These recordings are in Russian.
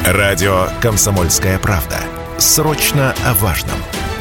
Радио «Комсомольская правда». Срочно о важном.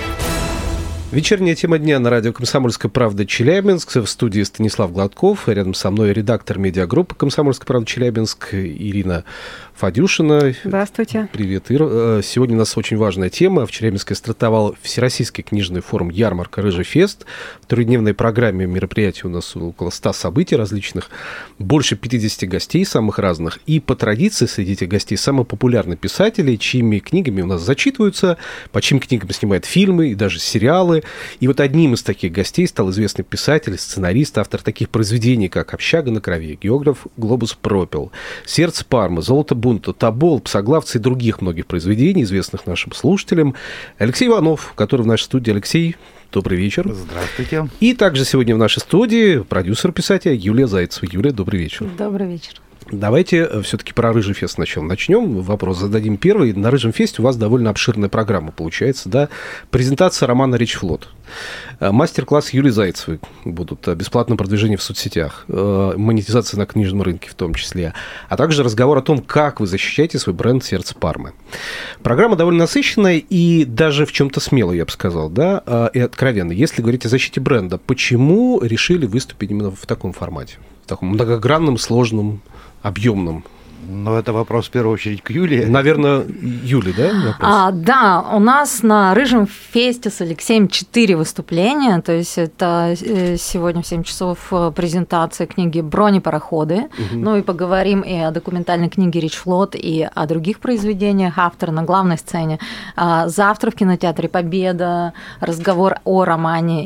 Вечерняя тема дня на радио «Комсомольская правда» Челябинск. В студии Станислав Гладков. Рядом со мной редактор медиагруппы «Комсомольская правда» Челябинск Ирина Фадюшина. Здравствуйте. Привет, Ира. Сегодня у нас очень важная тема. В Челябинске стартовал Всероссийский книжный форум «Ярмарка. Рыжий фест». В трехдневной программе мероприятий у нас около 100 событий различных, больше 50 гостей самых разных. И по традиции среди этих гостей самые популярные писатели, чьими книгами у нас зачитываются, по чьим книгам снимают фильмы и даже сериалы. И вот одним из таких гостей стал известный писатель, сценарист, автор таких произведений, как «Общага на крови», «Географ Глобус пропил», «Сердце Пармы», «Золото бунта», «Тобол», «Псоглавцы» и других многих произведений, известных нашим слушателям. Алексей Иванов, который в нашей студии. Алексей, добрый вечер. Здравствуйте. И также сегодня в нашей студии продюсер писателя Юлия Зайцева. Юлия, добрый вечер. Добрый вечер. Давайте все-таки про Рыжий фест сначала начнем. Вопрос зададим первый. На Рыжем фесте у вас довольно обширная программа получается, да? Презентация романа «Речфлот». Мастер-класс Юлии Зайцевой будут, бесплатное продвижение в соцсетях, монетизация на книжном рынке в том числе, а также разговор о том, как вы защищаете свой бренд «Сердце Пармы». Программа довольно насыщенная и даже в чем-то смелая, я бы сказал, да, и откровенно. Если говорить о защите бренда, почему решили выступить именно в таком формате, в таком многогранном, сложном, объемном? Но это вопрос в первую очередь к Юлии. Наверное, Юле, да? Да, у нас на Рыжем фесте с Алексеем 4 выступления. То есть это сегодня в 7 часов презентация книги «Бронепароходы». Ну и поговорим и о документальной книге «Речфлот», и о других произведениях автора на главной сцене. Завтра в кинотеатре «Победа» разговор о романе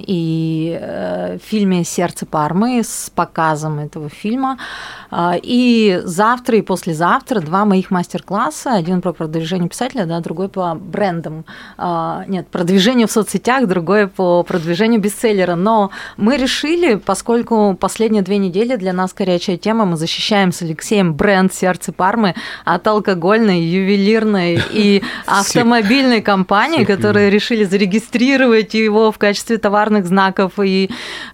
и фильме «Сердце Пармы» с показом этого фильма. И завтра и послезавтра 2 моих мастер-класса. Один про продвижение писателя, да, другой по брендам. Нет, продвижение в соцсетях, другой по продвижению бестселлера. Но мы решили, поскольку последние 2 недели для нас горячая тема, мы защищаем с Алексеем бренд «Сердце Пармы» от алкогольной, ювелирной и автомобильной компании, которые решили зарегистрировать его в качестве товарных знаков и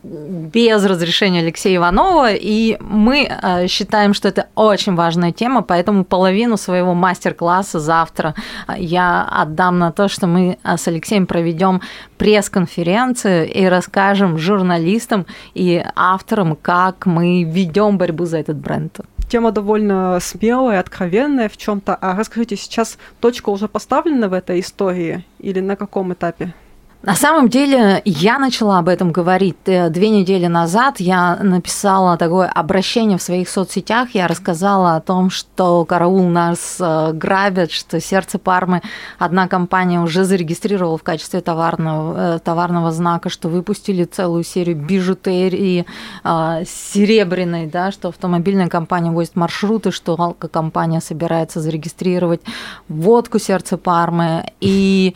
без разрешения Алексея Иванова. И мы считаем, что это очень важная тема, поэтому половину своего мастер-класса завтра я отдам на то, что мы с Алексеем проведем пресс-конференцию и расскажем журналистам и авторам, как мы ведем борьбу за этот бренд. Тема довольно смелая, откровенная в чем-то. А расскажите, сейчас точка уже поставлена в этой истории или на каком этапе? На самом деле, я начала об этом говорить 2 недели назад. Я написала такое обращение в своих соцсетях. Я рассказала о том, что караул нас грабят, что «Сердце Пармы» одна компания уже зарегистрировала в качестве товарного знака, что выпустили целую серию бижутерии серебряной, да, что автомобильная компания возит маршруты, что алкокомпания собирается зарегистрировать водку «Сердце Пармы». И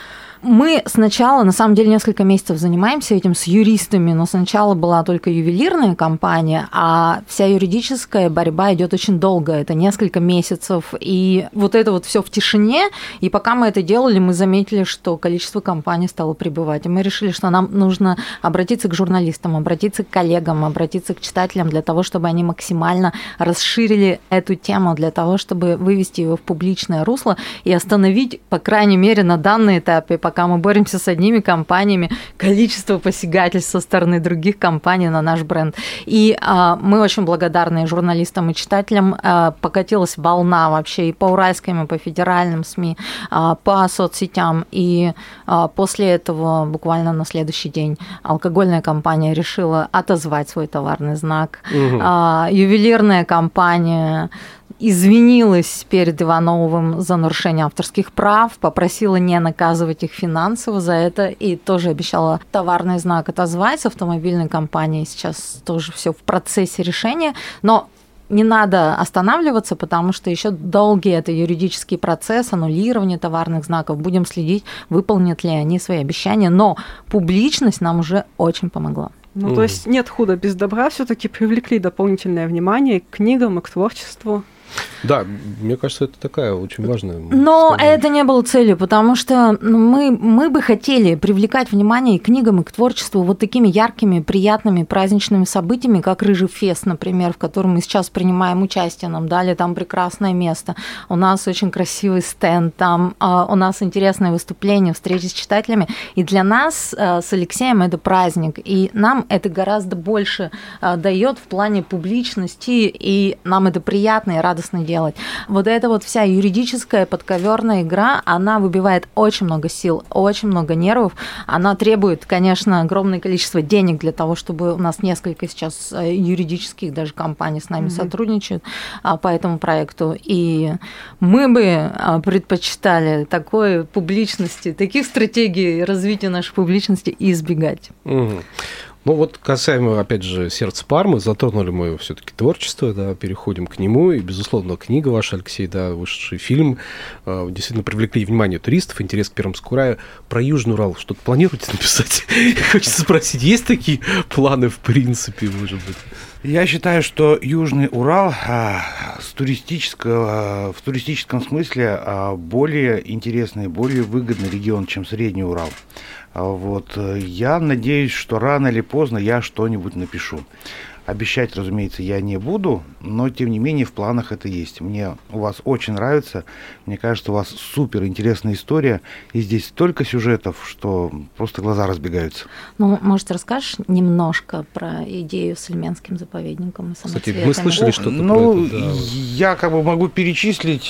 мы сначала, на самом деле, несколько месяцев занимаемся этим с юристами, но сначала была только ювелирная компания, а вся юридическая борьба идет очень долго, это несколько месяцев, и вот это вот все в тишине, и пока мы это делали, мы заметили, что количество компаний стало прибывать, и мы решили, что нам нужно обратиться к журналистам, обратиться к коллегам, обратиться к читателям для того, чтобы они максимально расширили эту тему, для того, чтобы вывести ее в публичное русло и остановить, по крайней мере, на данном этапе, пока мы боремся с одними компаниями, количество посягательств со стороны других компаний на наш бренд. И мы очень благодарны журналистам и читателям. Покатилась волна вообще и по уральским, и по федеральным СМИ, по соцсетям. И после этого, буквально на следующий день, алкогольная компания решила отозвать свой товарный знак. Ювелирная компания извинилась перед Ивановым за нарушение авторских прав, попросила не наказывать их финансово за это и тоже обещала товарный знак отозвать. Автомобильной компании сейчас тоже все в процессе решения, но не надо останавливаться, потому что еще долгий это юридический процесс, аннулирование товарных знаков. Будем следить, выполнят ли они свои обещания, но публичность нам уже очень помогла. То есть нет худа без добра, все-таки привлекли дополнительное внимание к книгам и к творчеству. Да, мне кажется, это такая очень важная... Но это не было целью, потому что мы бы хотели привлекать внимание и к книгам, и к творчеству вот такими яркими, приятными праздничными событиями, как Рыжий фест, например, в котором мы сейчас принимаем участие. Нам дали там прекрасное место. У нас очень красивый стенд, там у нас интересные выступления, встречи с читателями. И для нас с Алексеем это праздник. И нам это гораздо больше дает в плане публичности, и нам это приятно и радостно делать. Вот эта вот вся юридическая подковерная игра, она выбивает очень много сил, очень много нервов. Она требует, конечно, огромное количество денег для того, чтобы у нас несколько сейчас юридических даже компаний с нами сотрудничают по этому проекту. И мы бы предпочитали такой публичности, таких стратегий развития нашей публичности избегать. Ну вот касаемо, опять же, «Сердца Пармы», затронули мы все-таки творчество, да, переходим к нему, и, безусловно, книга ваша, Алексей, да, вышедший фильм, действительно привлекли внимание туристов, интерес к Пермскому краю. Про Южный Урал что-то планируете написать? Хочется спросить, есть такие планы в принципе, может быть? Я считаю, что Южный Урал в туристическом смысле более интересный, более выгодный регион, чем Средний Урал. Вот. Я надеюсь, что рано или поздно я что-нибудь напишу. Обещать, разумеется, я не буду, но, тем не менее, в планах это есть. Мне у вас очень нравится, мне кажется, у вас супер интересная история, и здесь столько сюжетов, что просто глаза разбегаются. Ну, может, расскажешь немножко про идею с Ильменским заповедником и самоцветами? Кстати, мы слышали что-то про это. Да. Я могу перечислить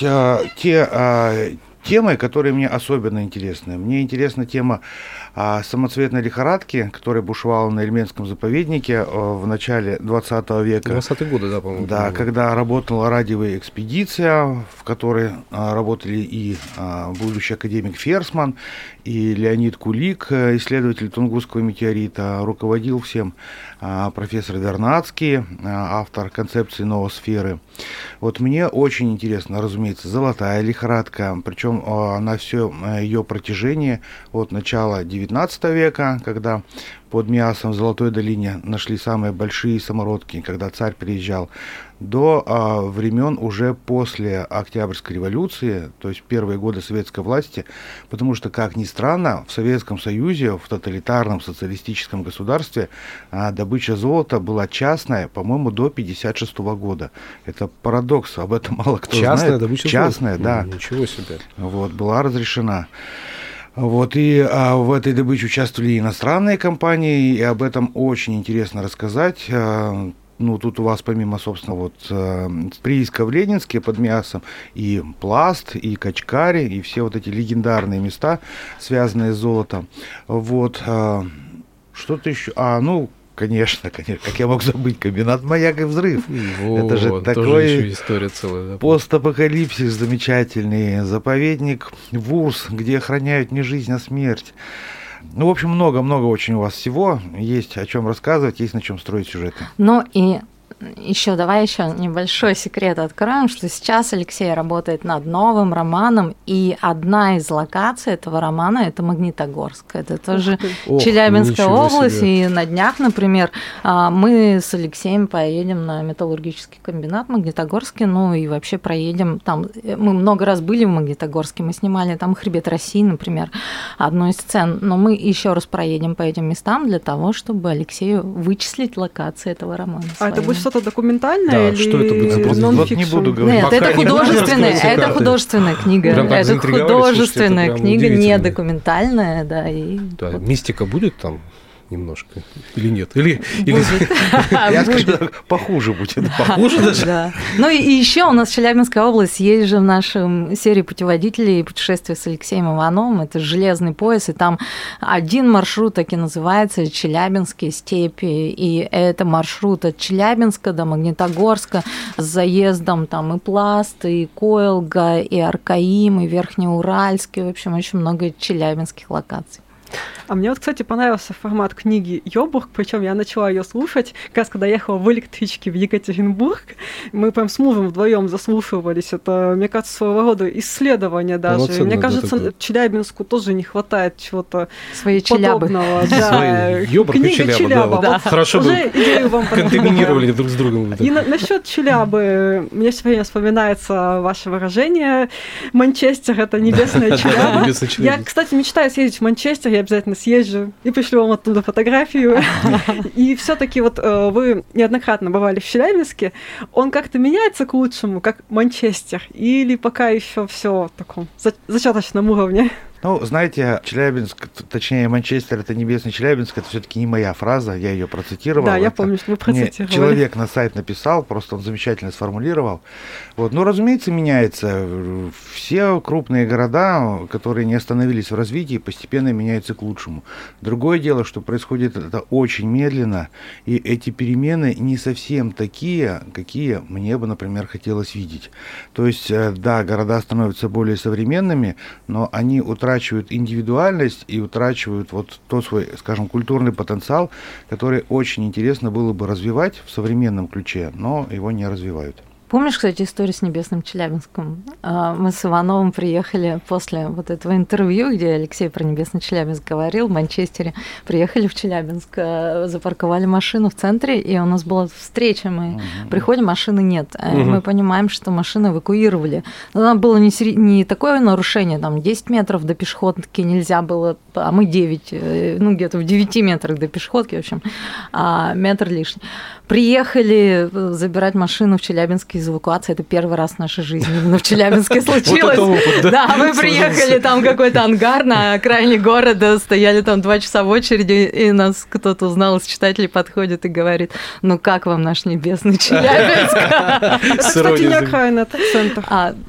те темы, которые мне особенно интересны. Мне интересна тема самоцветной лихорадки, которая бушевала на Ильменском заповеднике в начале 20 века. 20-е годы, да, по-моему. Да, когда работала радиовая экспедиция, в которой работали и будущий академик Ферсман, и Леонид Кулик, исследователь Тунгусского метеорита, руководил всем профессор Вернадский, автор концепции ноосферы. Вот мне очень интересно, разумеется, золотая лихорадка, причем на все ее протяжение от начала 19 века, когда под Миасом в Золотой долине нашли самые большие самородки, когда царь приезжал, до времен уже после Октябрьской революции, то есть первые годы советской власти, потому что, как ни странно, в Советском Союзе, в тоталитарном социалистическом государстве добыча золота была частная, по-моему, до 1956 года. Это парадокс, об этом мало кто частная знает. Добыча частная, золота? Да. Ничего себе. Вот, была разрешена. Вот, и в этой добыче участвовали иностранные компании, и об этом очень интересно рассказать. Ну, тут у вас помимо, собственно, вот прииска в Ленинске под Миасом и Пласт, и Качкари, и все вот эти легендарные места, связанные с золотом. Вот, что-то еще. Конечно, как я мог забыть, комбинат «Маяк» и «Взрыв». Вот, это же такой история целая, да? Постапокалипсис замечательный, заповедник Вурс, где охраняют не жизнь, а смерть. Ну, в общем, много-много очень у вас всего. Есть о чем рассказывать, есть на чем строить сюжеты. Ну и давай еще небольшой секрет откроем, что сейчас Алексей работает над новым романом, и одна из локаций этого романа – это Магнитогорск. Это тоже Челябинская область, и на днях, например, мы с Алексеем поедем на металлургический комбинат в Магнитогорске, ну и вообще проедем там. Мы много раз были в Магнитогорске, мы снимали там «Хребет России», например, одну из сцен, но мы еще раз проедем по этим местам для того, чтобы Алексею вычислить локации этого романа. А это будет что-то документальное, да, или что это будет? Вот не буду говорить. Нет, это художественная книга. Это художественная книга, не документальная, да. Да, мистика будет там немножко или нет? Или я скажу, похуже будет. Похуже даже? Да. Ну и еще у нас Челябинская область, есть же в нашей серии путеводителей путешествия с Алексеем Ивановым, это железный пояс, и там один маршрут так и называется Челябинские степи, и это маршрут от Челябинска до Магнитогорска с заездом там и Пласт, и Койлга, и Аркаим, и Верхнеуральский, в общем, очень много челябинских локаций. А мне вот, кстати, понравился формат книги «Йобург», причем я начала ее слушать, как раз когда ехала в электричке в Екатеринбург. Мы прям с мужем вдвоем заслушивались. Это, мне кажется, своего рода исследование даже. И мне кажется, Челябинску тоже не хватает чего-то подобного. Книга Челяба. Да. Хорошо бы контаминировали друг с другом. И насчет Челябы мне все время вспоминается ваше выражение «Манчестер – это небесная Челяба». Я, кстати, мечтаю съездить в Манчестер, я обязательно съезжу и пришлю вам оттуда фотографию. И все-таки вот вы неоднократно бывали в Челябинске. Он как-то меняется к лучшему, как Манчестер, или пока еще все в таком зачаточном уровне? Ну, знаете, Челябинск, точнее, Манчестер – это небесный Челябинск, это все-таки не моя фраза, я ее процитировал. Да, я помню, что вы процитировали. Мне человек на сайт написал, просто он замечательно сформулировал. Вот. Ну, разумеется, меняется. Все крупные города, которые не остановились в развитии, постепенно меняются к лучшему. Другое дело, что происходит это очень медленно, и эти перемены не совсем такие, какие мне бы, например, хотелось видеть. То есть, да, города становятся более современными, но они утрачивают индивидуальность и утрачивают вот тот свой, скажем, культурный потенциал, который очень интересно было бы развивать в современном ключе, но его не развивают. Помнишь, кстати, историю с Небесным Челябинском? Мы с Ивановым приехали после вот этого интервью, где Алексей про Небесный Челябинск говорил, в Манчестере. Приехали в Челябинск, запарковали машину в центре, и у нас была встреча. Мы приходим, машины нет. И мы понимаем, что машины эвакуировали. Но там было не такое нарушение, там 10 метров до пешеходки нельзя было, а мы 9, ну где-то в 9 метрах до пешеходки, в общем, метр лишний. Приехали забирать машину в Челябинске из эвакуации. Это первый раз в нашей жизни именно в Челябинске случилось. Да, мы приехали, там какой-то ангар на окраине города, стояли там 2 часа в очереди, и нас кто-то узнал из читателей, подходит и говорит: ну как вам наш небесный Челябинск? Это, кстати, не окраина, это центр.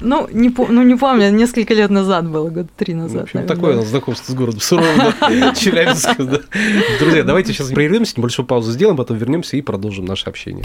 Не помню, несколько лет назад было, года 3 назад. В общем, такое знакомство с городом суровым, Челябинском. Друзья, давайте сейчас прервемся, небольшую паузу сделаем, потом вернемся и продолжим наше общение.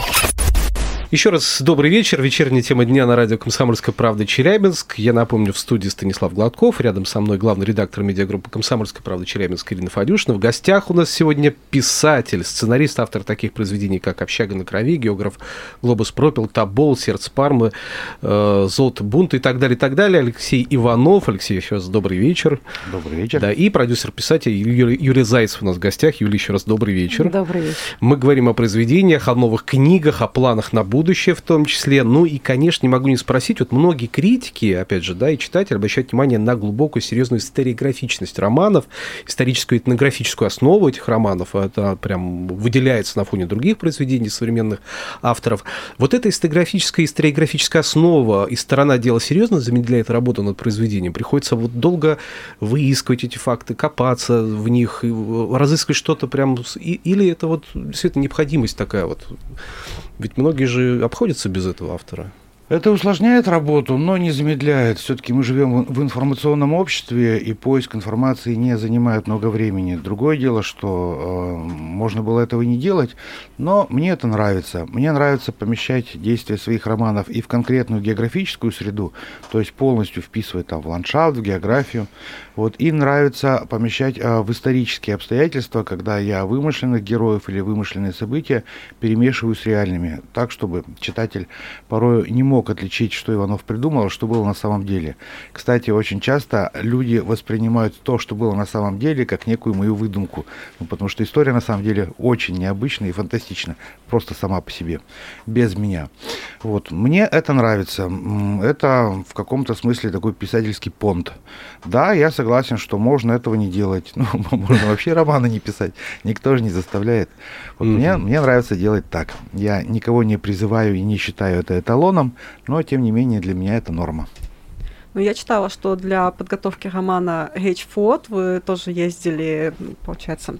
Еще раз добрый вечер. Вечерняя тема дня на радио «Комсомольская правда» Челябинск. Я напомню, в студии Станислав Гладков. Рядом со мной главный редактор медиагруппы «Комсомольская правда» Челябинск Ирина Фадюшина. В гостях у нас сегодня писатель, сценарист, автор таких произведений, как «Общага на крови», географ «Глобус пропил», «Тобол», «Сердце Пармы», «Золото бунта» и так далее, и так далее. Алексей Иванов. Алексей, еще раз добрый вечер. Добрый вечер. Да, и продюсер-писатель Юрий Зайцев у нас в гостях. Юлия, еще раз добрый вечер. Добрый вечер. Мы говорим о произведениях, о новых книгах, о планах на будущее в том числе. Ну и, конечно, не могу не спросить, вот многие критики, опять же, да, и читатели обращают внимание на глубокую, серьезную историографичность романов, историческую этнографическую основу этих романов. Это прям выделяется на фоне других произведений современных авторов. Вот эта историографическая основа и сторона дела серьезно замедляет работу над произведением. Приходится вот долго выискивать эти факты, копаться в них, разыскивать что-то прям... Или это вот действительно необходимость такая вот? Ведь многие же обходятся без этого автора. Это усложняет работу, но не замедляет. Все-таки мы живем в информационном обществе, и поиск информации не занимает много времени. Другое дело, что можно было этого и не делать, но мне это нравится. Мне нравится помещать действия своих романов и в конкретную географическую среду, то есть полностью вписывать там в ландшафт, в географию. Вот, и нравится помещать в исторические обстоятельства, когда я вымышленных героев или вымышленные события перемешиваю с реальными, так, чтобы читатель порой не мог отличить, что Иванов придумал, что было на самом деле. Кстати, очень часто люди воспринимают то, что было на самом деле, как некую мою выдумку, потому что история на самом деле очень необычная и фантастична, просто сама по себе, без меня. Вот. Мне это нравится. Это в каком-то смысле такой писательский понт. Да, я согласен, что можно этого не делать. Ну, можно вообще романы не писать. Никто же не заставляет. Вот мне нравится делать так. Я никого не призываю и не считаю это эталоном, но, тем не менее, для меня это норма. Ну, я читала, что для подготовки романа «Речь флот» вы тоже ездили, получается,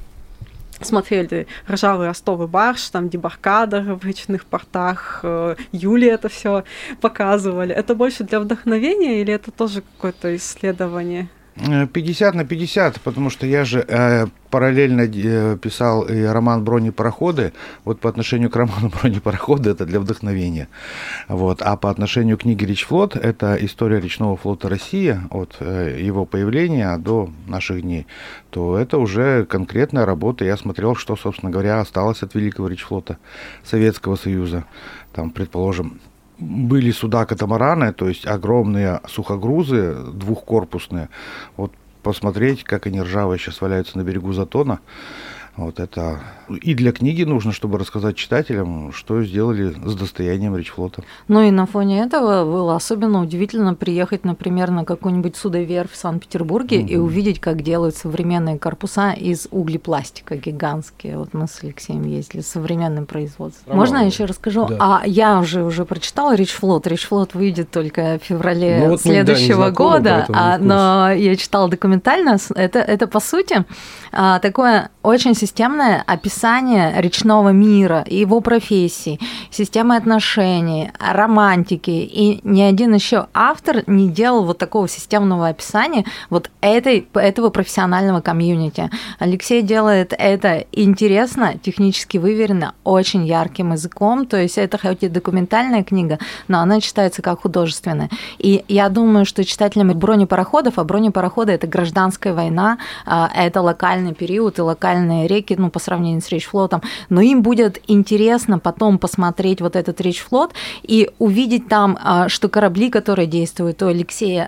смотрели «Ржавый ростовый барж», там дебаркадер в речных портах, Юле это все показывали. Это больше для вдохновения или это тоже какое-то исследование? 50/50, потому что я же параллельно писал и роман «Бронепароходы». Вот по отношению к роману «Бронепароходы» это для вдохновения. Вот. А по отношению к книге «Речфлот» это история речного флота России от его появления до наших дней. То это уже конкретная работа. Я смотрел, что, собственно говоря, осталось от Великого речфлота Советского Союза. Там, предположим, были суда-катамараны, то есть огромные сухогрузы, двухкорпусные. Вот посмотреть, как они ржавые сейчас валяются на берегу Затона. Вот это и для книги нужно, чтобы рассказать читателям, что сделали с достоянием речфлота. Ну и на фоне этого было особенно удивительно приехать, например, на какой-нибудь судоверфь в Санкт-Петербурге и увидеть, как делают современные корпуса из углепластика гигантские. Вот мы с Алексеем ездили, современным производством. Можно я еще расскажу? Да. Я уже прочитала «Речфлот». «Речфлот» выйдет только в феврале следующего года, но я читала документально. Это по сути, такое очень системное описание речного мира, его профессий, системы отношений, романтики. И ни один еще автор не делал вот такого системного описания вот этого профессионального комьюнити. Алексей делает это интересно, технически выверено, очень ярким языком. То есть это хоть и документальная книга, но она читается как художественная. И я думаю, что читателям бронепароходов, а бронепароходы – это гражданская война, это локальный период и локальные реки, по сравнению с речфлотом, но им будет интересно потом посмотреть вот этот речфлот и увидеть там, что корабли, которые действуют у Алексея,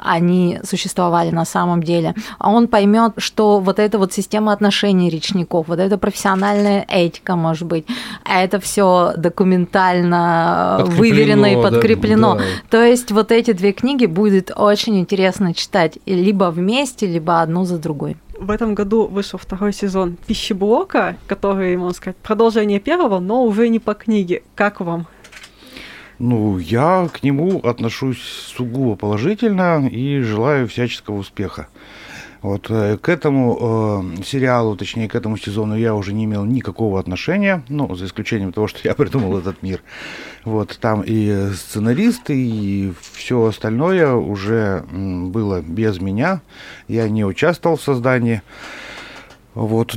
они существовали на самом деле. А он поймет, что вот эта вот система отношений речников, вот эта профессиональная этика, может быть, это все документально выверено и подкреплено. Да. То есть вот эти две книги будет очень интересно читать либо вместе, либо одну за другой. В этом году вышел второй сезон «Пищеблока», который, можно сказать, продолжение первого, но уже не по книге. Как вам? Я к нему отношусь сугубо положительно и желаю всяческого успеха. Вот к этому сериалу, точнее, к этому сезону я уже не имел никакого отношения, за исключением того, что я придумал этот мир. Вот там и сценаристы, и все остальное уже было без меня. Я не участвовал в создании. Вот,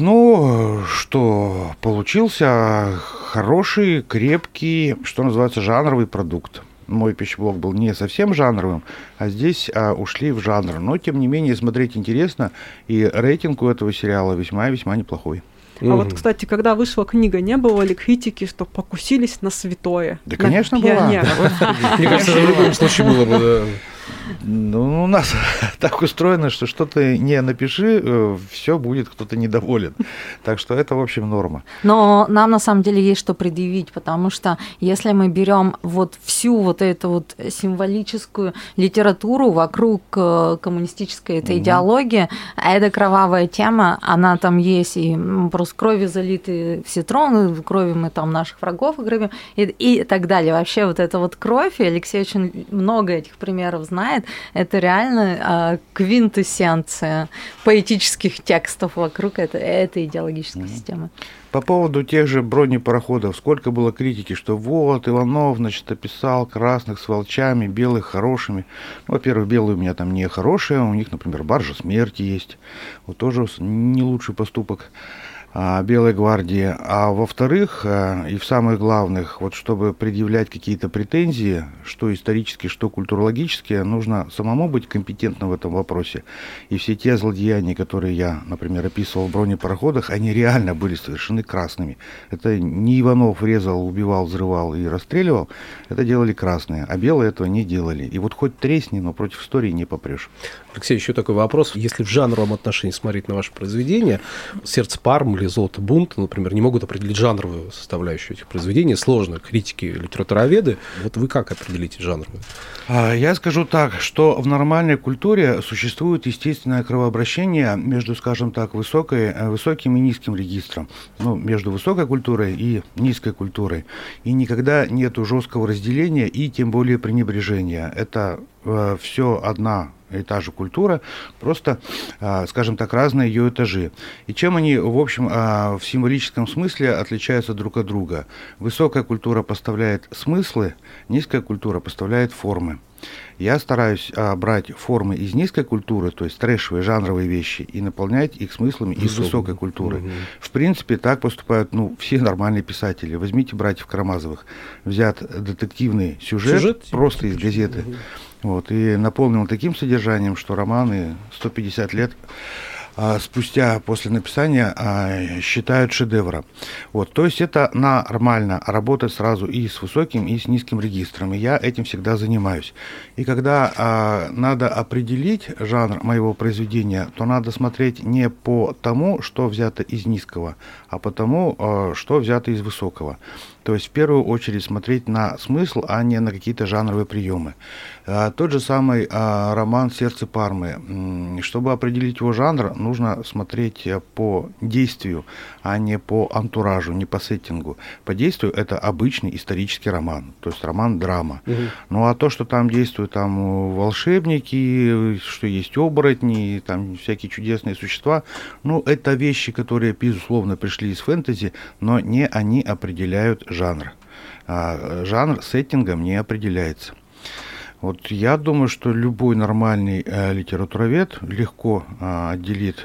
что получился хороший, крепкий, что называется, жанровый продукт. Мой пищеблок был не совсем жанровым, а здесь ушли в жанр. Но, тем не менее, смотреть интересно, и рейтинг у этого сериала весьма-весьма неплохой. А вот, кстати, когда вышла книга, не было ли критики, что покусились на святое? Да, конечно, была. Мне кажется, в любом случае было бы, у нас так устроено, что что-то не напиши, все будет кто-то недоволен. Так что это, в общем, норма. Но нам на самом деле есть что предъявить, потому что если мы берем вот всю вот эту вот символическую литературу вокруг коммунистической этой идеологии, а эта кровавая тема, она там есть, и просто кровью залиты все троны, кровью мы там наших врагов грабим, и так далее. Вообще вот эта вот кровь, и Алексей очень много этих примеров знает, это реально квинтэссенция поэтических текстов вокруг этой идеологической системы. По поводу тех же бронепароходов, сколько было критики, что вот Иванов, описал красных с волчами, белых хорошими. Во-первых, белые у меня там не хорошие, у них, например, баржа смерти есть. Вот тоже не лучший поступок Белой гвардии. А во-вторых, и в самых главных, вот чтобы предъявлять какие-то претензии, что исторические, что культурологические, нужно самому быть компетентным в этом вопросе. И все те злодеяния, которые я, например, описывал в бронепароходах, они реально были совершены красными. Это не Иванов резал, убивал, взрывал и расстреливал, это делали красные, а белые этого не делали. И вот хоть тресни, но против истории не попрешь. Алексей, еще такой вопрос. Если в жанровом отношении смотреть на ваше произведение, «Сердце Парм» или «Золото бунта», например, не могут определить жанровую составляющую этих произведений. Сложно. Критики, литературоведы. Вот вы как определите жанровую? Я скажу так, что в нормальной культуре существует естественное кровообращение между, скажем так, высоким и низким регистром. Между высокой культурой и низкой культурой. И никогда нету жесткого разделения и тем более пренебрежения. Это все одна и та же культура, просто, скажем так, разные ее этажи. И чем они, в общем, в символическом смысле отличаются друг от друга? Высокая культура поставляет смыслы, низкая культура поставляет формы. Я стараюсь брать формы из низкой культуры, то есть трэшевые, жанровые вещи, и наполнять их смыслами из высокой культуры. В принципе, так поступают все нормальные писатели. Возьмите «Братьев Карамазовых». Взят детективный сюжет просто из газеты, и наполнил таким содержанием, что романы 150 лет спустя после написания считают шедевром. То есть это нормально работать сразу и с высоким, и с низким регистром. И я этим всегда занимаюсь. И когда надо определить жанр моего произведения, то надо смотреть не по тому, что взято из низкого, а по тому, что взято из высокого. То есть в первую очередь смотреть на смысл, а не на какие-то жанровые приемы. Тот же самый роман «Сердце Пармы». Чтобы определить его жанр, нужно смотреть по действию, а не по антуражу, не по сеттингу. По действию это обычный исторический роман, то есть роман-драма. Ну а то, что там действуют волшебники, что есть оборотни, там всякие чудесные существа, это вещи, которые, безусловно, пришли из фэнтези, но не они определяют жанр. Жанр сеттингом не определяется. Я думаю, что любой нормальный литературовед легко отделит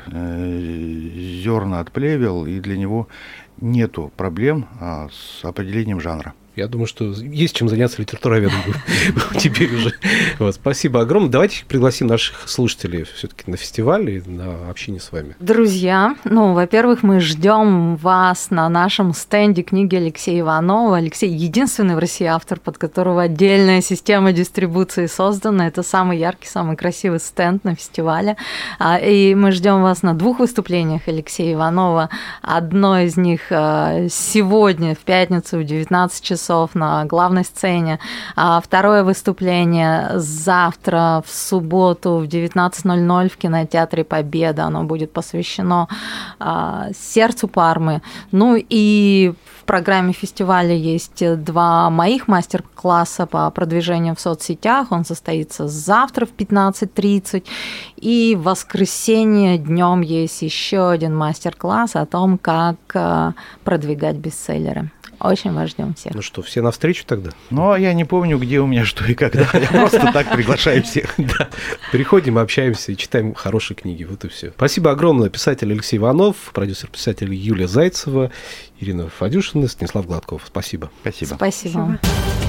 зерна от плевел, и для него нету проблем с определением жанра. Я думаю, что есть чем заняться литературоведом теперь уже. Спасибо огромное. Давайте пригласим наших слушателей все-таки на фестиваль и на общение с вами. Друзья, во-первых, мы ждем вас на нашем стенде книги Алексея Иванова. Алексей единственный в России автор, под которого отдельная система дистрибуции создана. Это самый яркий, самый красивый стенд на фестивале. И мы ждем вас на 2 выступлениях Алексея Иванова. Одно из них сегодня, в пятницу, в 19 часов на главной сцене. Второе выступление завтра в субботу в 19:00 в кинотеатре «Победа». Оно будет посвящено сердцу Пармы. И в программе фестиваля есть 2 моих мастер-класса по продвижению в соцсетях. Он состоится завтра в 15:30. И в воскресенье днем есть еще один мастер-класс о том, как продвигать бестселлеры. Очень вас ждем всех. Ну что, все навстречу тогда? Я не помню, где у меня что и когда. Я просто так приглашаю всех. Приходим, общаемся и читаем хорошие книги. Вот и все. Спасибо огромное. Писатель Алексей Иванов, продюсер-писатель Юлия Зайцева, Ирина Фадюшина, Станислав Гладков. Спасибо. Спасибо.